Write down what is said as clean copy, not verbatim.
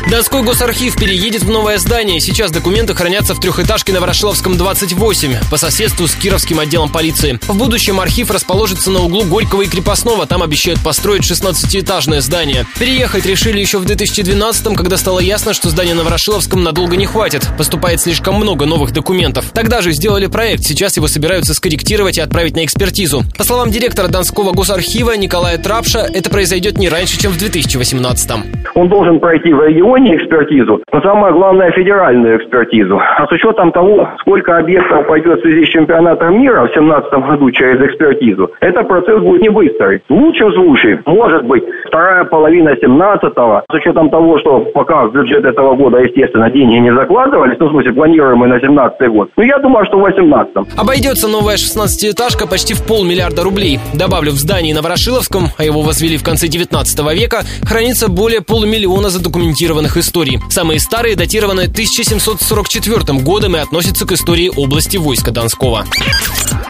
Донской госархив переедет в новое здание. Сейчас документы хранятся в трехэтажке на Ворошиловском, 28, по соседству с Кировским отделом полиции. В будущем архив расположится на углу Горького и Крепостного. Там обещают построить 16-этажное здание. Переехать решили еще в 2012-м, когда стало ясно, что здания на Ворошиловском надолго не хватит. Поступает слишком много новых документов. Тогда же сделали проект. Сейчас его собираются скорректировать и отправить на экспертизу. По словам директора Донского госархива Николая Трапша, это произойдет не раньше, чем в 2018-м. Он должен пройти в регионе экспертизу, но самое главное федеральную экспертизу. А с учетом того, сколько объектов пойдет в связи с чемпионатом мира в 2017 году через экспертизу, этот процесс будет не быстрый. В лучшем случае, может быть, вторая половина 2017-го, с учетом того, что пока в бюджет этого года, естественно, деньги не закладывались, ну, в смысле, планируемые на 2017 год, но я думаю, что в 2018-м. Обойдется новая 16-этажка почти в 500 миллиона рублей. Добавлю, в здании на Ворошиловском, а его возвели в конце 19 века, хранится более 500 000 задокументированных историй. Самые старые датированы 1744 годом и относятся к истории области войска Донского.